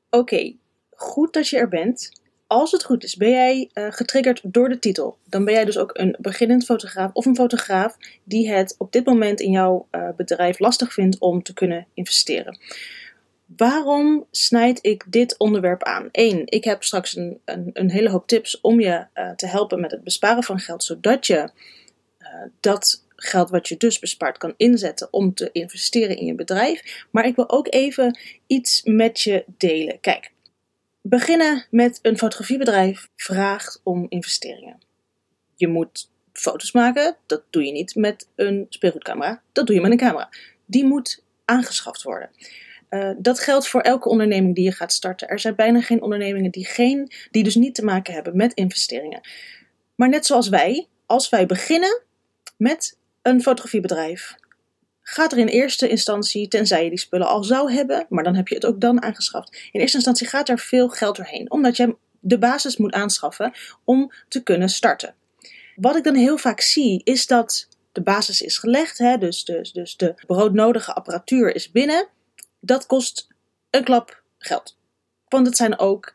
Oké, goed dat je er bent. Als het goed is, ben jij getriggerd door de titel. Dan ben jij dus ook een beginnend fotograaf of een fotograaf die het op dit moment in jouw bedrijf lastig vindt om te kunnen investeren. Waarom snijd ik dit onderwerp aan? 1. Ik heb straks een hele hoop tips om je te helpen met het besparen van geld, zodat je dat geld wat je dus bespaart kan inzetten om te investeren in je bedrijf. Maar ik wil ook even iets met je delen. Kijk, beginnen met een fotografiebedrijf vraagt om investeringen. Je moet foto's maken, dat doe je niet met een speelgoedcamera, dat doe je met een camera. Die moet aangeschaft worden. Dat geldt voor elke onderneming die je gaat starten. Er zijn bijna geen ondernemingen die dus niet te maken hebben met investeringen. Maar net zoals wij, als wij beginnen met een fotografiebedrijf, gaat er in eerste instantie, tenzij je die spullen al zou hebben, maar dan heb je het ook dan aangeschaft. In eerste instantie gaat er veel geld doorheen, omdat je de basis moet aanschaffen om te kunnen starten. Wat ik dan heel vaak zie, is dat de basis is gelegd, dus de broodnodige apparatuur is binnen. Dat kost een klap geld. Want het zijn ook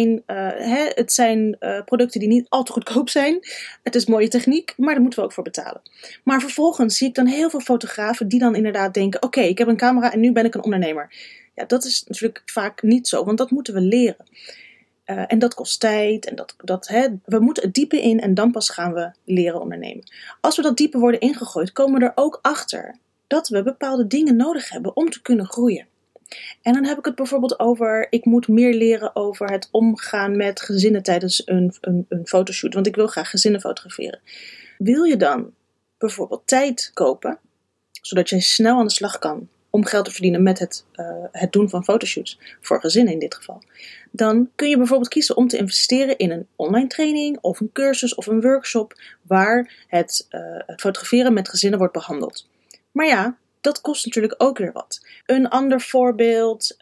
producten die niet al te goedkoop zijn. Het is mooie techniek, maar daar moeten we ook voor betalen. Maar vervolgens zie ik dan heel veel fotografen die dan inderdaad denken, oké, ik heb een camera en nu ben ik een ondernemer. Ja, dat is natuurlijk vaak niet zo, want dat moeten we leren. En dat kost tijd. En we moeten het diepe in en dan pas gaan we leren ondernemen. Als we dat diepe worden ingegooid, komen we er ook achter dat we bepaalde dingen nodig hebben om te kunnen groeien. En dan heb ik het bijvoorbeeld over, ik moet meer leren over het omgaan met gezinnen tijdens een fotoshoot. Want ik wil graag gezinnen fotograferen. Wil je dan bijvoorbeeld tijd kopen, zodat je snel aan de slag kan om geld te verdienen met het doen van fotoshoots, voor gezinnen in dit geval, dan kun je bijvoorbeeld kiezen om te investeren in een online training of een cursus of een workshop waar het fotograferen met gezinnen wordt behandeld. Maar ja, dat kost natuurlijk ook weer wat. Een ander voorbeeld,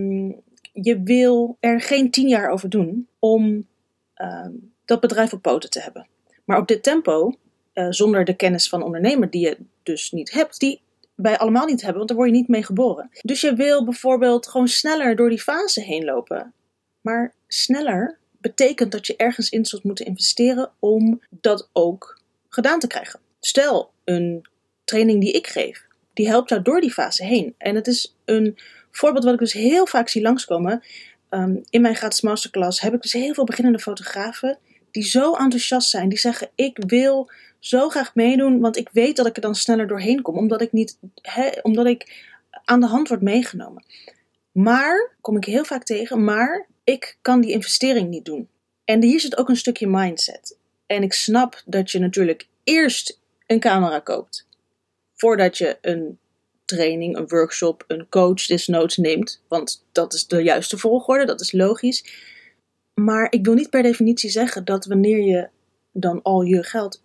je wil er geen 10 jaar over doen om dat bedrijf op poten te hebben. Maar op dit tempo, zonder de kennis van ondernemer die je dus niet hebt, die wij allemaal niet hebben, want daar word je niet mee geboren. Dus je wil bijvoorbeeld gewoon sneller door die fase heen lopen. Maar sneller betekent dat je ergens in zult moeten investeren om dat ook gedaan te krijgen. Stel, een training die ik geef, die helpt jou door die fase heen. En het is een voorbeeld wat ik dus heel vaak zie langskomen. In mijn gratis masterclass heb ik dus heel veel beginnende fotografen die zo enthousiast zijn. Die zeggen, ik wil zo graag meedoen, want ik weet dat ik er dan sneller doorheen kom. Omdat ik aan de hand word meegenomen. Maar, kom ik heel vaak tegen, maar ik kan die investering niet doen. En hier zit ook een stukje mindset. En ik snap dat je natuurlijk eerst een camera koopt, voordat je een training, een workshop, een coach desnoods neemt. Want dat is de juiste volgorde, dat is logisch. Maar ik wil niet per definitie zeggen dat wanneer je dan al je geld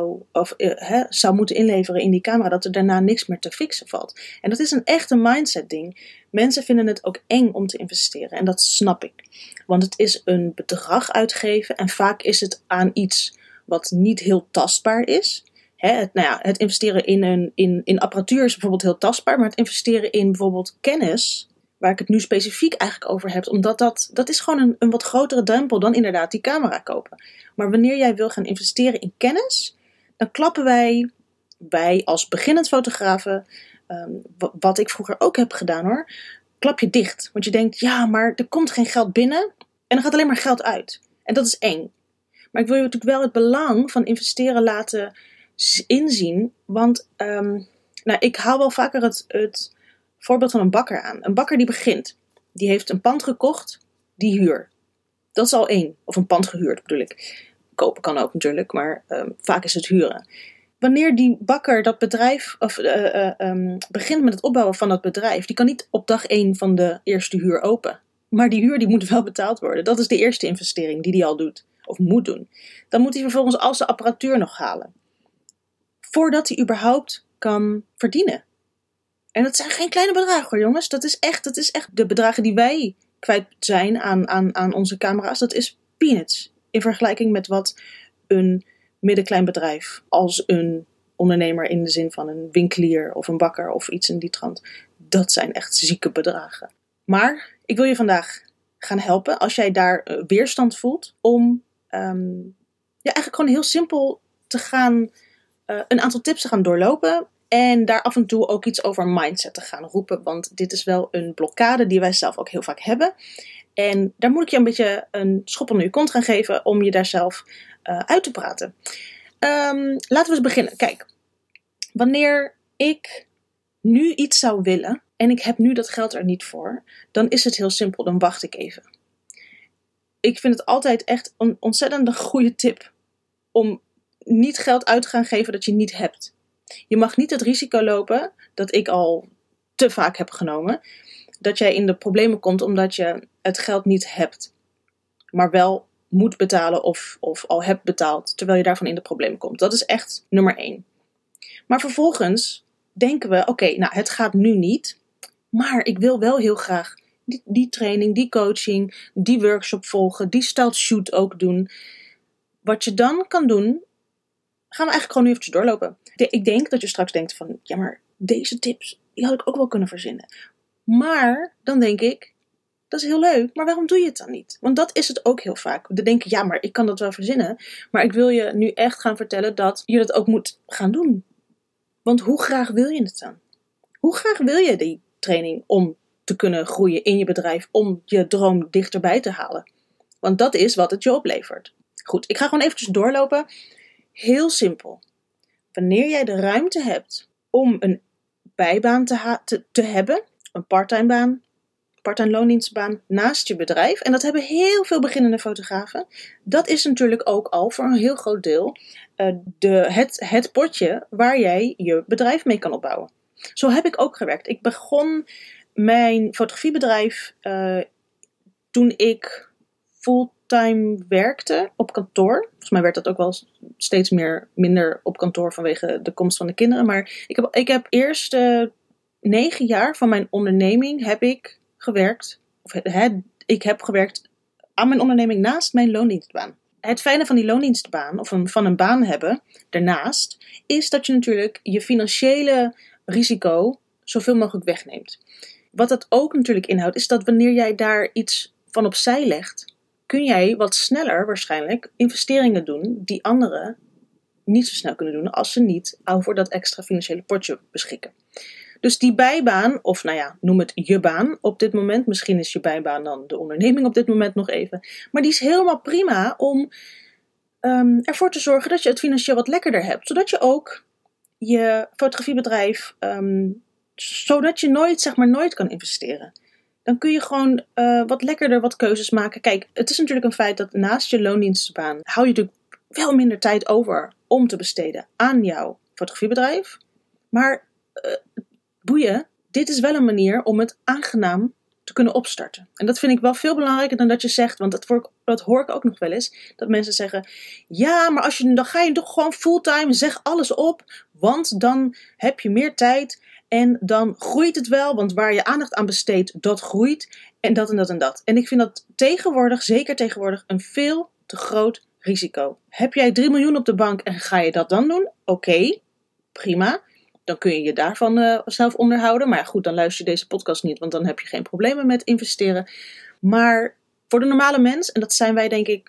zou moeten inleveren in die camera, dat er daarna niks meer te fixen valt. En dat is een echte mindset ding. Mensen vinden het ook eng om te investeren. En dat snap ik. Want het is een bedrag uitgeven. En vaak is het aan iets wat niet heel tastbaar is. Het investeren in apparatuur is bijvoorbeeld heel tastbaar. Maar het investeren in bijvoorbeeld kennis, waar ik het nu specifiek eigenlijk over heb, omdat dat is gewoon een wat grotere drempel dan inderdaad die camera kopen. Maar wanneer jij wil gaan investeren in kennis, dan klappen wij als beginnend fotografen, wat ik vroeger ook heb gedaan hoor, klap je dicht. Want je denkt, ja, maar er komt geen geld binnen en er gaat alleen maar geld uit. En dat is eng. Maar ik wil je natuurlijk wel het belang van investeren laten inzien, want ik haal wel vaker het voorbeeld van een bakker aan. Een bakker die begint. Die heeft een pand gekocht, die huur. Dat is al 1. Of een pand gehuurd bedoel ik. Kopen kan ook natuurlijk, maar vaak is het huren. Wanneer die bakker dat bedrijf begint met het opbouwen van dat bedrijf, die kan niet op dag 1 van de eerste huur open. Maar die huur die moet wel betaald worden. Dat is de eerste investering die hij al doet. Of moet doen. Dan moet hij vervolgens al zijn apparatuur nog halen. Voordat hij überhaupt kan verdienen. En dat zijn geen kleine bedragen hoor jongens. Dat is echt de bedragen die wij kwijt zijn aan onze camera's. Dat is peanuts. In vergelijking met wat een middenklein bedrijf als een ondernemer in de zin van een winkelier of een bakker of iets in die trant. Dat zijn echt zieke bedragen. Maar ik wil je vandaag gaan helpen. Als jij daar weerstand voelt om eigenlijk gewoon heel simpel te gaan, een aantal tips te gaan doorlopen. En daar af en toe ook iets over mindset te gaan roepen. Want dit is wel een blokkade die wij zelf ook heel vaak hebben. En daar moet ik je een beetje een schop onder je kont gaan geven om je daar zelf uit te praten. Laten we eens beginnen. Kijk, wanneer ik nu iets zou willen en ik heb nu dat geld er niet voor, dan is het heel simpel. Dan wacht ik even. Ik vind het altijd echt een ontzettend goede tip om niet geld uit te gaan geven dat je niet hebt. Je mag niet het risico lopen, dat ik al te vaak heb genomen, dat jij in de problemen komt omdat je het geld niet hebt, maar wel moet betalen of al hebt betaald, terwijl je daarvan in de problemen komt. Dat is echt nummer 1. Maar vervolgens denken we, oké, het gaat nu niet, maar ik wil wel heel graag die training, die coaching, die workshop volgen, die style shoot ook doen. Wat je dan kan doen, gaan we eigenlijk gewoon nu eventjes doorlopen. Ik denk dat je straks denkt van, ja, maar deze tips, die had ik ook wel kunnen verzinnen. Maar dan denk ik, dat is heel leuk, maar waarom doe je het dan niet? Want dat is het ook heel vaak. We denken, ja, maar ik kan dat wel verzinnen. Maar ik wil je nu echt gaan vertellen dat je dat ook moet gaan doen. Want hoe graag wil je het dan? Hoe graag wil je die training om te kunnen groeien in je bedrijf, om je droom dichterbij te halen? Want dat is wat het je oplevert. Goed, ik ga gewoon eventjes doorlopen. Heel simpel. Wanneer jij de ruimte hebt om een bijbaan te hebben, een parttime baan, part-time loondienstbaan naast je bedrijf, en dat hebben heel veel beginnende fotografen, dat is natuurlijk ook al voor een heel groot deel het potje waar jij je bedrijf mee kan opbouwen. Zo heb ik ook gewerkt. Ik begon mijn fotografiebedrijf toen ik fulltime werkte op kantoor. Volgens mij werd dat ook wel steeds minder op kantoor vanwege de komst van de kinderen. Maar ik heb eerst 9 jaar van mijn onderneming heb ik gewerkt. Ik heb gewerkt aan mijn onderneming naast mijn loondienstbaan. Het fijne van die loondienstbaan, of van een baan hebben daarnaast, is dat je natuurlijk je financiële risico zoveel mogelijk wegneemt. Wat dat ook natuurlijk inhoudt, is dat wanneer jij daar iets van opzij legt, kun jij wat sneller waarschijnlijk investeringen doen die anderen niet zo snel kunnen doen als ze niet over dat extra financiële potje beschikken. Dus die bijbaan, of noem het je baan op dit moment. Misschien is je bijbaan dan de onderneming op dit moment nog even. Maar die is helemaal prima om ervoor te zorgen dat je het financieel wat lekkerder hebt. Zodat je ook je fotografiebedrijf, zodat je nooit kan investeren. Dan kun je gewoon wat lekkerder wat keuzes maken. Kijk, het is natuurlijk een feit dat naast je loondienstbaan hou je natuurlijk wel minder tijd over om te besteden aan jouw fotografiebedrijf. Maar boeien, dit is wel een manier om het aangenaam te kunnen opstarten. En dat vind ik wel veel belangrijker dan dat je zegt, want dat hoor ik ook nog wel eens, dat mensen zeggen, ja, maar dan ga je toch gewoon fulltime, zeg alles op, want dan heb je meer tijd en dan groeit het wel, want waar je aandacht aan besteedt, dat groeit en dat en dat en dat. En ik vind dat zeker tegenwoordig, een veel te groot risico. Heb jij 3 miljoen op de bank en ga je dat dan doen? Oké, prima. Dan kun je je daarvan zelf onderhouden. Maar ja, goed, dan luister je deze podcast niet, want dan heb je geen problemen met investeren. Maar voor de normale mens, en dat zijn wij denk ik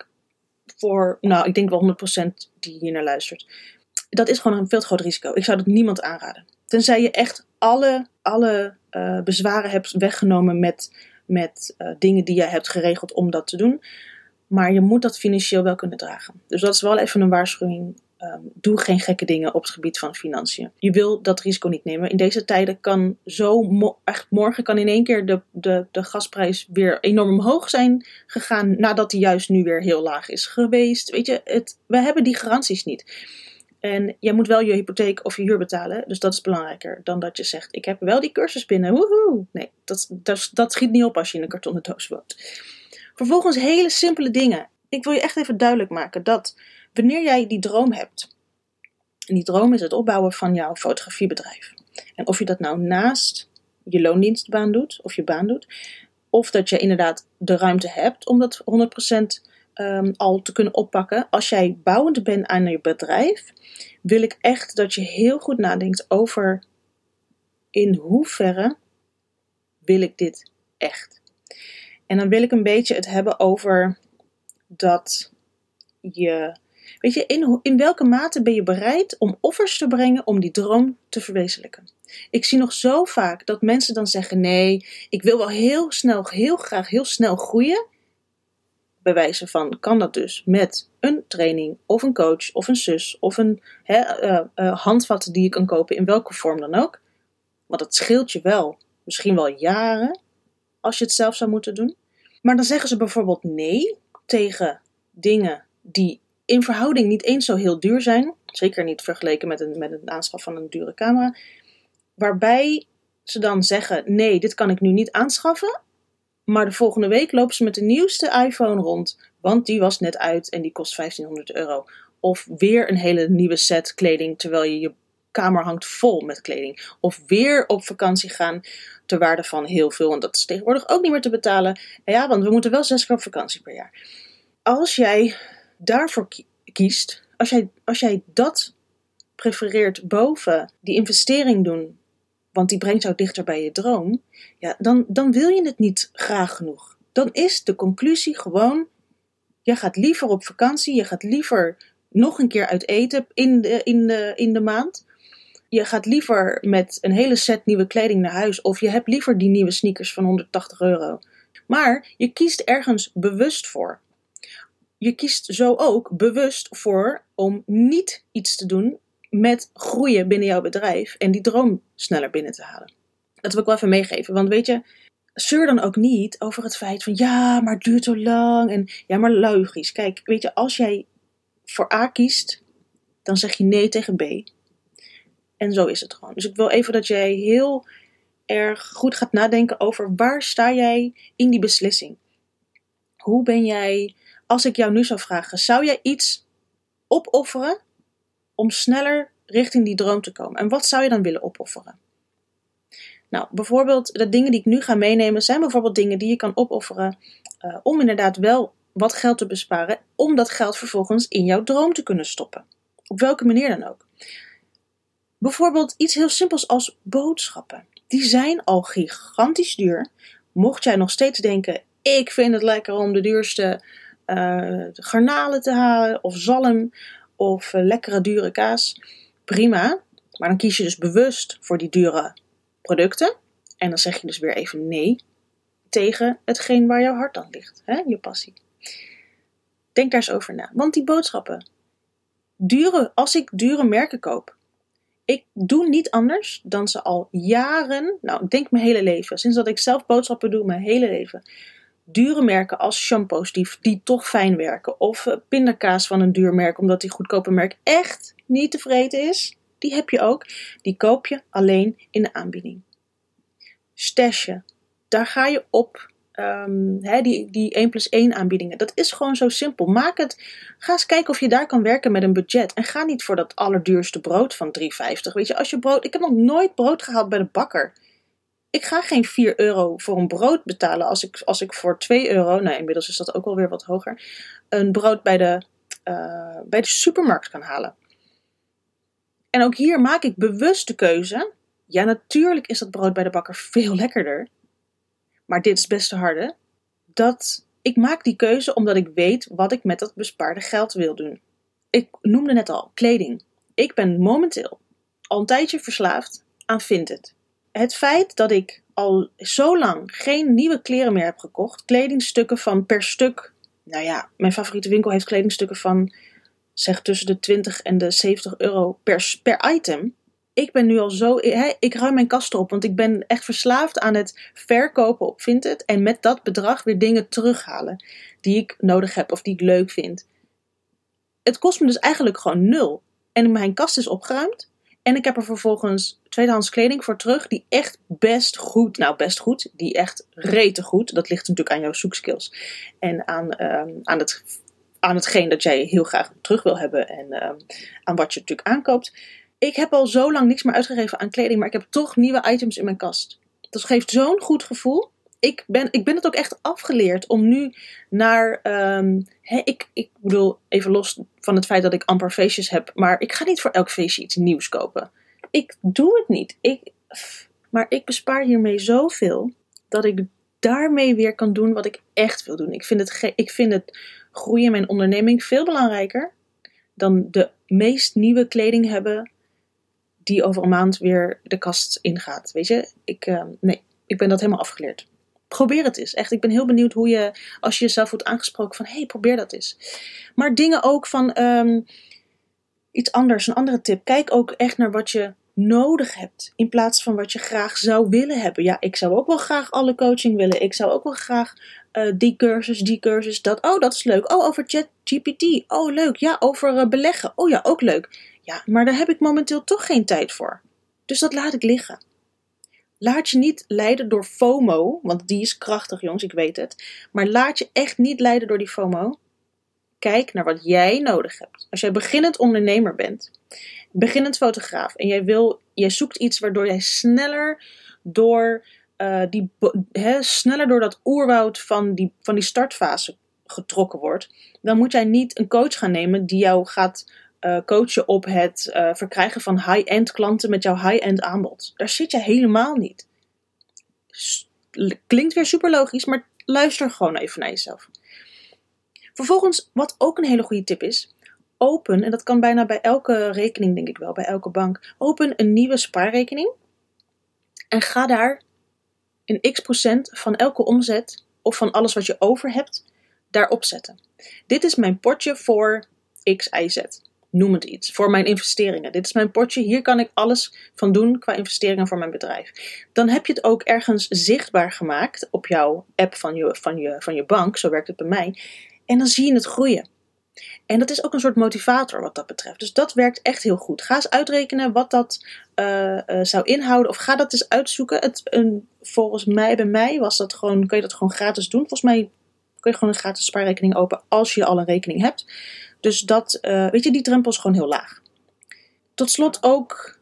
ik denk wel 100% die hier naar luistert. Dat is gewoon een veel te groot risico. Ik zou dat niemand aanraden. Tenzij je echt alle bezwaren hebt weggenomen met dingen die je hebt geregeld om dat te doen. Maar je moet dat financieel wel kunnen dragen. Dus dat is wel even een waarschuwing. Doe geen gekke dingen op het gebied van financiën. Je wil dat risico niet nemen. In deze tijden kan morgen kan in één keer de gasprijs weer enorm omhoog zijn gegaan, nadat die juist nu weer heel laag is geweest. Weet je, we hebben die garanties niet. En jij moet wel je hypotheek of je huur betalen. Dus dat is belangrijker dan dat je zegt, ik heb wel die cursus binnen. Woehoe. Nee, dat schiet niet op als je in een kartonnen doos woont. Vervolgens hele simpele dingen. Ik wil je echt even duidelijk maken dat wanneer jij die droom hebt, en die droom is het opbouwen van jouw fotografiebedrijf. En of je dat nou naast je loondienstbaan doet, of je baan doet, of dat je inderdaad de ruimte hebt om dat 100% al te kunnen oppakken. Als jij bouwend bent aan je bedrijf, wil ik echt dat je heel goed nadenkt over in hoeverre wil ik dit echt. En dan wil ik een beetje het hebben over dat je... Weet je, in welke mate ben je bereid om offers te brengen om die droom te verwezenlijken? Ik zie nog zo vaak dat mensen dan zeggen, nee, ik wil wel heel graag heel snel groeien. Bij wijze van, kan dat dus met een training of een coach of een zus of een handvat die je kan kopen in welke vorm dan ook. Want dat scheelt je wel, misschien wel jaren, als je het zelf zou moeten doen. Maar dan zeggen ze bijvoorbeeld nee tegen dingen die in verhouding niet eens zo heel duur zijn. Zeker niet vergeleken met een aanschaf van een dure camera. Waarbij ze dan zeggen, nee, dit kan ik nu niet aanschaffen. Maar de volgende week lopen ze met de nieuwste iPhone rond. Want die was net uit en die kost €1500. Of weer een hele nieuwe set kleding, terwijl je kamer hangt vol met kleding. Of weer op vakantie gaan ter waarde van heel veel. En dat is tegenwoordig ook niet meer te betalen. En ja, want we moeten wel 6 keer op vakantie per jaar. Als jij daarvoor kiest, als jij dat prefereert boven die investering doen, want die brengt jou dichter bij je droom, ja, dan wil je het niet graag genoeg. Dan is de conclusie gewoon, je gaat liever op vakantie, je gaat liever nog een keer uit eten in de maand. Je gaat liever met een hele set nieuwe kleding naar huis, of je hebt liever die nieuwe sneakers van €180. Maar je kiest ergens bewust voor. Je kiest zo ook bewust voor om niet iets te doen met groeien binnen jouw bedrijf en die droom sneller binnen te halen. Dat wil ik wel even meegeven, want weet je, zeur dan ook niet over het feit van ja, maar het duurt zo lang en ja, maar logisch. Kijk, weet je, als jij voor A kiest, dan zeg je nee tegen B. En zo is het gewoon. Dus ik wil even dat jij heel erg goed gaat nadenken over waar sta jij in die beslissing. Hoe ben jij, als ik jou nu zou vragen, zou jij iets opofferen om sneller richting die droom te komen? En wat zou je dan willen opofferen? Nou, bijvoorbeeld de dingen die ik nu ga meenemen zijn bijvoorbeeld dingen die je kan opofferen om inderdaad wel wat geld te besparen, om dat geld vervolgens in jouw droom te kunnen stoppen. Op welke manier dan ook. Bijvoorbeeld iets heel simpels als boodschappen. Die zijn al gigantisch duur. Mocht jij nog steeds denken, ik vind het lekker om de duurste garnalen te halen of zalm of lekkere dure kaas. Prima, maar dan kies je dus bewust voor die dure producten. En dan zeg je dus weer even nee tegen hetgeen waar jouw hart aan ligt. Hè? Je passie. Denk daar eens over na. Want die boodschappen, als ik dure merken koop, ik doe niet anders dan ze al jaren, nou ik denk mijn hele leven, sinds dat ik zelf boodschappen doe, mijn hele leven, dure merken als shampoos die toch fijn werken, of pindakaas van een duur merk, omdat die goedkope merk echt niet te vreten is, die heb je ook, die koop je alleen in de aanbieding. Stashen, daar ga je op, die 1+1 aanbiedingen, dat is gewoon zo simpel. Ga eens kijken of je daar kan werken met een budget. En ga niet voor dat allerduurste brood van €3,50. Weet je, ik heb nog nooit brood gehaald bij de bakker. Ik ga geen €4 voor een brood betalen als ik voor €2, nou inmiddels is dat ook alweer wat hoger, een brood bij de supermarkt kan halen. En ook hier maak ik bewust de keuze. Ja, natuurlijk is dat brood bij de bakker veel lekkerder. Maar dit is best te harde. Dat ik maak die keuze omdat ik weet wat ik met dat bespaarde geld wil doen. Ik noemde net al, kleding. Ik ben momenteel al een tijdje verslaafd aan Vinted. Het feit dat ik al zo lang geen nieuwe kleren meer heb gekocht. Kledingstukken van per stuk. Nou ja, mijn favoriete winkel heeft kledingstukken van zeg tussen de €20 en de €70 per item. Ik ben nu al zo, ik ruim mijn kast op, want ik ben echt verslaafd aan het verkopen op Vinted en met dat bedrag weer dingen terughalen die ik nodig heb of die ik leuk vind. Het kost me dus eigenlijk gewoon 0. En mijn kast is opgeruimd en ik heb er vervolgens tweedehands kleding voor terug die echt best goed, die echt rete goed, dat ligt natuurlijk aan jouw zoekskills en aan hetgeen dat jij heel graag terug wil hebben en aan wat je natuurlijk aankoopt. Ik heb al zo lang niks meer uitgegeven aan kleding, maar ik heb toch nieuwe items in mijn kast. Dat geeft zo'n goed gevoel. Ik ben het ook echt afgeleerd om nu naar... ik bedoel, even los van het feit dat ik amper feestjes heb, maar ik ga niet voor elk feestje iets nieuws kopen. Ik doe het niet. Maar ik bespaar hiermee zoveel dat ik daarmee weer kan doen wat ik echt wil doen. Ik vind het groeien in mijn onderneming veel belangrijker dan de meest nieuwe kleding hebben die over een maand weer de kast ingaat. Weet je, ik ben dat helemaal afgeleerd. Probeer het eens. Echt, ik ben heel benieuwd hoe je, als je jezelf wordt aangesproken van, hey, probeer dat eens. Maar dingen ook van iets anders, een andere tip. Kijk ook echt naar wat je nodig hebt, in plaats van wat je graag zou willen hebben. Ja, ik zou ook wel graag alle coaching willen. Ik zou ook wel graag die cursus, dat. Oh, dat is leuk. Oh, over ChatGPT. Oh, leuk. Ja, over beleggen. Oh ja, ook leuk. Ja, maar daar heb ik momenteel toch geen tijd voor. Dus dat laat ik liggen. Laat je niet leiden door FOMO, want die is krachtig, jongens, ik weet het. Maar laat je echt niet leiden door die FOMO. Kijk naar wat jij nodig hebt. Als jij beginnend ondernemer bent, beginnend fotograaf, en jij zoekt iets waardoor jij sneller door dat oerwoud van die startfase getrokken wordt, dan moet jij niet een coach gaan nemen die jou gaat coachen op het verkrijgen van high-end klanten met jouw high-end aanbod. Daar zit je helemaal niet. Klinkt weer super logisch, maar luister gewoon even naar jezelf. Vervolgens, wat ook een hele goede tip is, open, en dat kan bijna bij elke rekening denk ik wel, bij elke bank, open een nieuwe spaarrekening en ga daar een x% van elke omzet of van alles wat je over hebt, daarop zetten. Dit is mijn potje voor X, Y, Z. Noem het iets. Voor mijn investeringen. Dit is mijn potje. Hier kan ik alles van doen qua investeringen voor mijn bedrijf. Dan heb je het ook ergens zichtbaar gemaakt op jouw app van je bank. Zo werkt het bij mij. En dan zie je het groeien. En dat is ook een soort motivator wat dat betreft. Dus dat werkt echt heel goed. Ga eens uitrekenen wat dat zou inhouden. Of ga dat eens uitzoeken. Volgens mij, bij mij was dat gewoon, kun je dat gewoon gratis doen. Volgens mij kun je gewoon een gratis spaarrekening openen als je al een rekening hebt. Dus dat, die drempel is gewoon heel laag. Tot slot ook,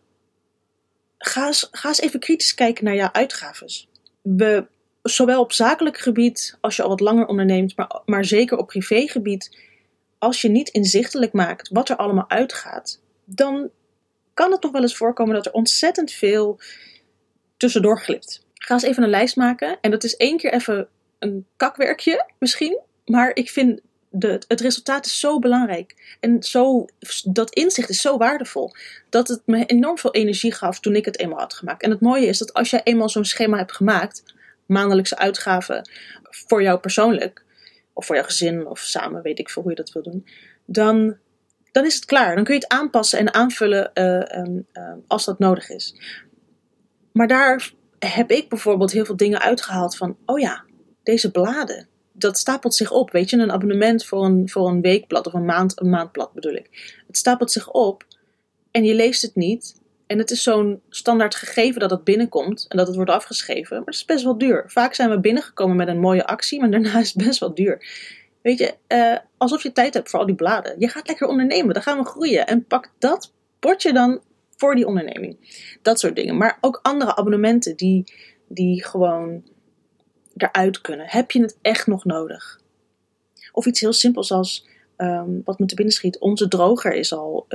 ga eens even kritisch kijken naar jouw uitgaves. Zowel op zakelijk gebied, als je al wat langer onderneemt, maar zeker op privégebied, als je niet inzichtelijk maakt wat er allemaal uitgaat, dan kan het nog wel eens voorkomen dat er ontzettend veel tussendoor glipt. Ga eens even een lijst maken. En dat is 1 keer even een kakwerkje misschien, maar ik vind het resultaat is zo belangrijk. En dat inzicht is zo waardevol. Dat het me enorm veel energie gaf toen ik het eenmaal had gemaakt. En het mooie is dat als jij eenmaal zo'n schema hebt gemaakt, maandelijkse uitgaven voor jou persoonlijk, of voor jouw gezin, of samen, weet ik veel hoe je dat wil doen, dan is het klaar. Dan kun je het aanpassen en aanvullen als dat nodig is. Maar daar heb ik bijvoorbeeld heel veel dingen uitgehaald van, oh ja, deze bladen, dat stapelt zich op, weet je, een abonnement voor een weekblad of een maandblad bedoel ik. Het stapelt zich op en je leest het niet. En het is zo'n standaard gegeven dat het binnenkomt en dat het wordt afgeschreven. Maar het is best wel duur. Vaak zijn we binnengekomen met een mooie actie, maar daarna is het best wel duur. Weet je, alsof je tijd hebt voor al die bladen. Je gaat lekker ondernemen, dan gaan we groeien. En pak dat potje dan voor die onderneming. Dat soort dingen. Maar ook andere abonnementen die gewoon eruit kunnen. Heb je het echt nog nodig? Of iets heel simpels als, wat me te binnen schiet. Onze droger is al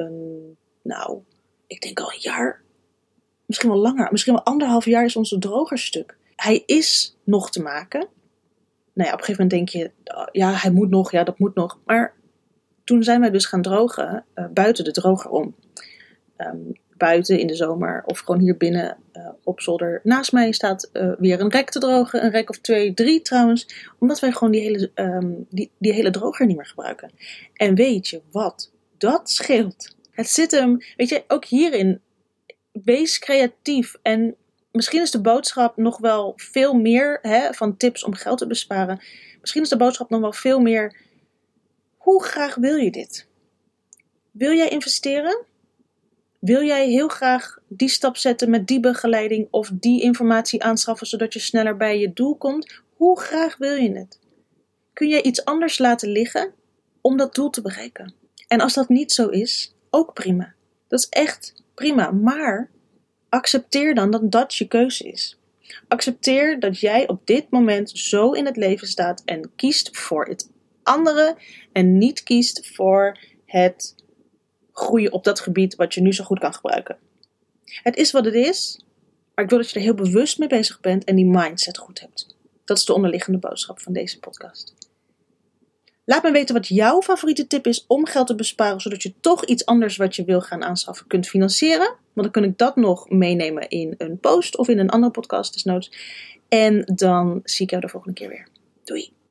ik denk al een jaar. Misschien wel langer. Misschien wel 1,5 jaar is onze droger stuk. Hij is nog te maken. Nou ja, op een gegeven moment denk je, ja, hij moet nog, ja, dat moet nog. Maar toen zijn wij dus gaan drogen, buiten de droger om. Buiten in de zomer of gewoon hier binnen op zolder. Naast mij staat weer een rek te drogen. Een rek of 2, 3 trouwens. Omdat wij gewoon die hele droger niet meer gebruiken. En weet je wat? Dat scheelt. Het zit hem, weet je, ook hierin. Wees creatief. En misschien is de boodschap nog wel veel meer van tips om geld te besparen. Misschien is de boodschap nog wel veel meer. Hoe graag wil je dit? Wil jij investeren? Wil jij heel graag die stap zetten met die begeleiding of die informatie aanschaffen zodat je sneller bij je doel komt? Hoe graag wil je het? Kun jij iets anders laten liggen om dat doel te bereiken? En als dat niet zo is, ook prima. Dat is echt prima, maar accepteer dan dat dat je keuze is. Accepteer dat jij op dit moment zo in het leven staat en kiest voor het andere en niet kiest voor het groeien op dat gebied wat je nu zo goed kan gebruiken. Het is wat het is, maar ik wil dat je er heel bewust mee bezig bent en die mindset goed hebt. Dat is de onderliggende boodschap van deze podcast. Laat me weten wat jouw favoriete tip is om geld te besparen, zodat je toch iets anders wat je wil gaan aanschaffen kunt financieren. Want dan kan ik dat nog meenemen in een post of in een andere podcast desnoods. En dan zie ik jou de volgende keer weer. Doei!